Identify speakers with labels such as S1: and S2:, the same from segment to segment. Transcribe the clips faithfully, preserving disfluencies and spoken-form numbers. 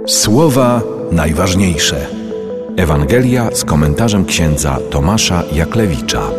S1: Słowa najważniejsze. Ewangelia z komentarzem księdza Tomasza Jaklewicza.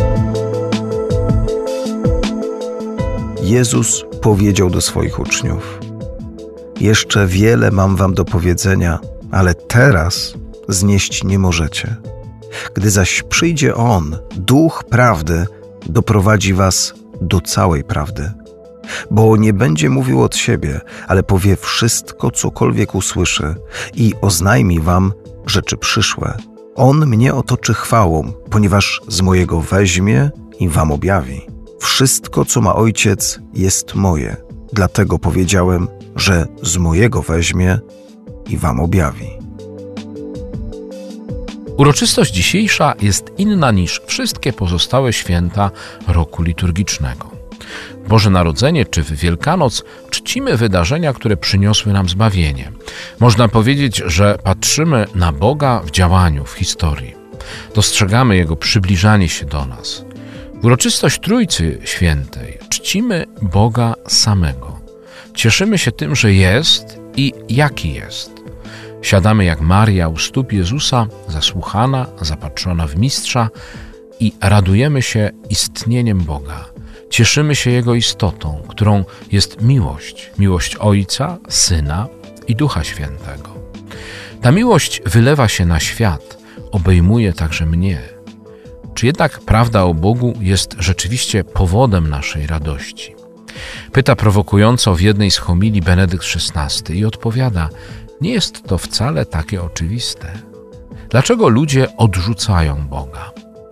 S2: Jezus powiedział do swoich uczniów: jeszcze wiele mam wam do powiedzenia, ale teraz znieść nie możecie. Gdy zaś przyjdzie On, Duch Prawdy, doprowadzi was do całej prawdy. Bo nie będzie mówił od siebie, ale powie wszystko, cokolwiek usłyszy i oznajmi wam rzeczy przyszłe. On mnie otoczy chwałą, ponieważ z mojego weźmie i wam objawi. Wszystko, co ma Ojciec, jest moje. Dlatego powiedziałem, że z mojego weźmie i wam objawi.
S3: Uroczystość dzisiejsza jest inna niż wszystkie pozostałe święta roku liturgicznego. W Boże Narodzenie czy w Wielkanoc czcimy wydarzenia, które przyniosły nam zbawienie. Można powiedzieć, że patrzymy na Boga w działaniu, w historii. Dostrzegamy Jego przybliżanie się do nas. W uroczystość Trójcy Świętej czcimy Boga samego. Cieszymy się tym, że jest i jaki jest. Siadamy jak Maria u stóp Jezusa, zasłuchana, zapatrzona w Mistrza i radujemy się istnieniem Boga. Cieszymy się Jego istotą, którą jest miłość, miłość Ojca, Syna i Ducha Świętego. Ta miłość wylewa się na świat, obejmuje także mnie. Czy jednak prawda o Bogu jest rzeczywiście powodem naszej radości? Pyta prowokująco w jednej z homilii Benedykt szesnasty i odpowiada: nie jest to wcale takie oczywiste. Dlaczego ludzie odrzucają Boga?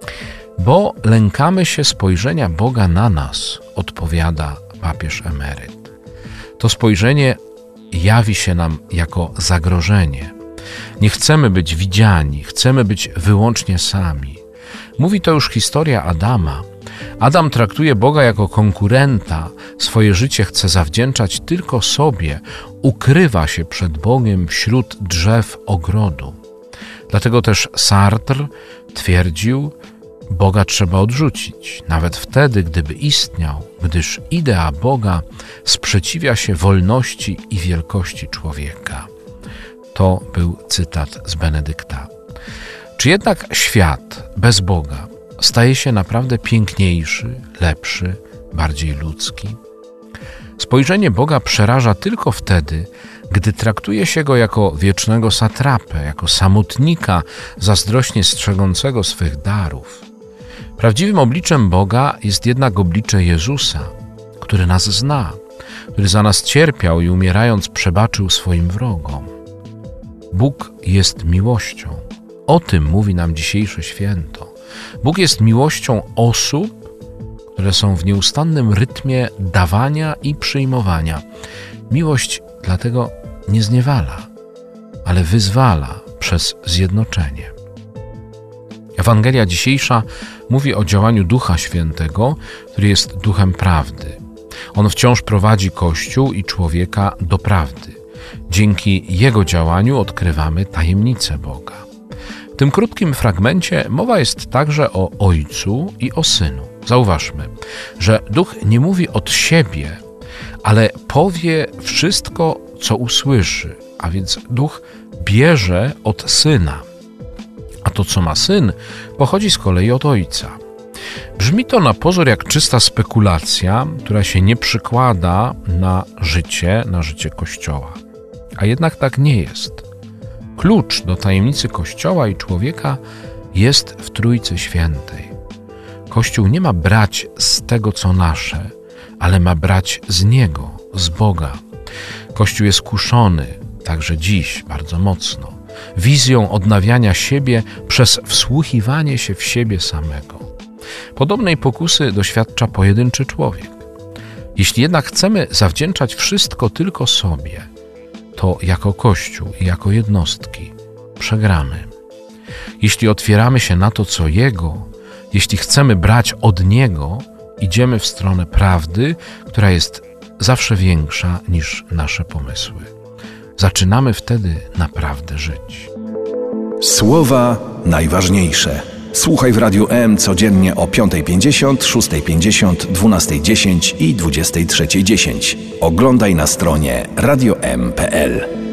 S3: Bo lękamy się spojrzenia Boga na nas, odpowiada papież emeryt. To spojrzenie jawi się nam jako zagrożenie. Nie chcemy być widziani, chcemy być wyłącznie sami. Mówi to już historia Adama. Adam traktuje Boga jako konkurenta, swoje życie chce zawdzięczać tylko sobie, ukrywa się przed Bogiem wśród drzew ogrodu. Dlatego też Sartre twierdził: Boga trzeba odrzucić, nawet wtedy, gdyby istniał, gdyż idea Boga sprzeciwia się wolności i wielkości człowieka. To był cytat z Benedykta. Czy jednak świat bez Boga staje się naprawdę piękniejszy, lepszy, bardziej ludzki? Spojrzenie Boga przeraża tylko wtedy, gdy traktuje się Go jako wiecznego satrapę, jako samotnika zazdrośnie strzegącego swych darów. Prawdziwym obliczem Boga jest jednak oblicze Jezusa, który nas zna, który za nas cierpiał i umierając przebaczył swoim wrogom. Bóg jest miłością. O tym mówi nam dzisiejsze święto. Bóg jest miłością osób, które są w nieustannym rytmie dawania i przyjmowania. Miłość dlatego nie zniewala, ale wyzwala przez zjednoczenie. Ewangelia dzisiejsza mówi o działaniu Ducha Świętego, który jest Duchem Prawdy. On wciąż prowadzi Kościół i człowieka do prawdy. Dzięki Jego działaniu odkrywamy tajemnicę Boga. W tym krótkim fragmencie mowa jest także o Ojcu i o Synu. Zauważmy, że Duch nie mówi od siebie, ale powie wszystko, co usłyszy, a więc Duch bierze od Syna. A to, co ma Syn, pochodzi z kolei od Ojca. Brzmi to na pozór jak czysta spekulacja, która się nie przykłada na życie, na życie Kościoła. A jednak tak nie jest. Klucz do tajemnicy Kościoła i człowieka jest w Trójcy Świętej. Kościół nie ma brać z tego, co nasze, ale ma brać z Niego, z Boga. Kościół jest kuszony, także dziś bardzo mocno, wizją odnawiania siebie przez wsłuchiwanie się w siebie samego. Podobnej pokusy doświadcza pojedynczy człowiek. Jeśli jednak chcemy zawdzięczać wszystko tylko sobie, to jako Kościół i jako jednostki przegramy. Jeśli otwieramy się na to, co Jego, jeśli chcemy brać od Niego, idziemy w stronę prawdy, która jest zawsze większa niż nasze pomysły. Zaczynamy wtedy naprawdę żyć.
S1: Słowa najważniejsze. Słuchaj w Radiu M codziennie o piąta pięćdziesiąt, szósta pięćdziesiąt, dwunasta dziesięć i dwudziesta trzecia dziesięć. Oglądaj na stronie radio m kropka p l.